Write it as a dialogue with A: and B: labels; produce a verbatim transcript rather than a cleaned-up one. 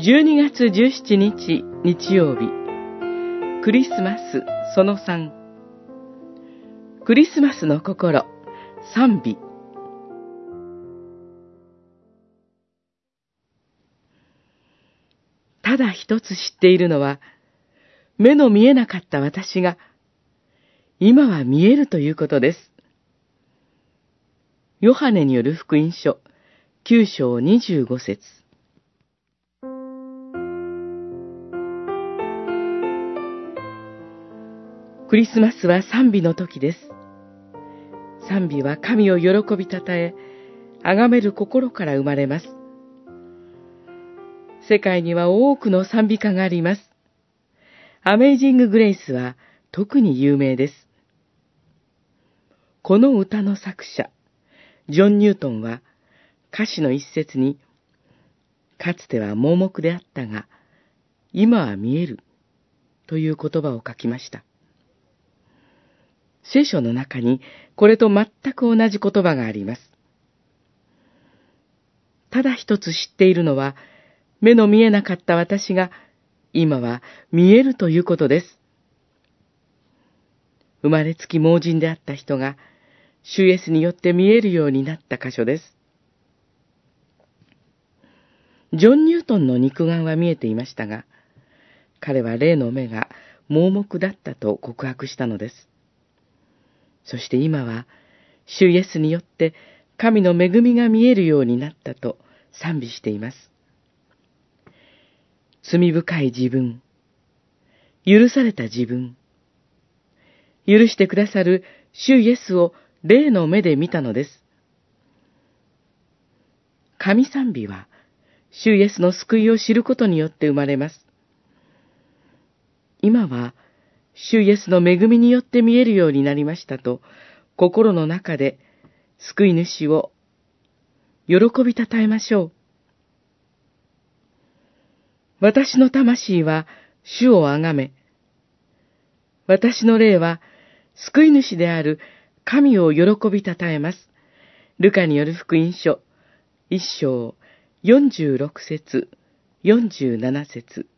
A: じゅうにがつじゅうしちにち日曜日、クリスマスそのさん、クリスマスの心、賛美。ただ一つ知っているのは、目の見えなかった私が、今は見えるということです。ヨハネによる福音書、きゅうしょうにじゅうごせつ。クリスマスは賛美の時です。賛美は神を喜びたたえ、崇める心から生まれます。世界には多くの賛美歌があります。アメイジング・グレイスは特に有名です。この歌の作者、ジョン・ニュートンは歌詞の一節に、かつては盲目であったが、今は見えるという言葉を書きました。聖書の中にこれと全く同じ言葉があります。ただ一つ知っているのは、目の見えなかった私が今は見えるということです。生まれつき盲人であった人が主イエスによって見えるようになった箇所です。ジョン・ニュートンの肉眼は見えていましたが、彼は霊の目が盲目だったと告白したのです。そして今は主イエスによって神の恵みが見えるようになったと賛美しています。罪深い自分、許された自分、許してくださる主イエスを霊の目で見たのです。神賛美は主イエスの救いを知ることによって生まれます。今は主イエスの恵みによって見えるようになりましたと、心の中で救い主を喜びたたえましょう。私の魂は主をあがめ、私の霊は救い主である神を喜びたたえます。ルカによる福音書、一章、よんじゅうろくせつ、よんじゅうななせつ。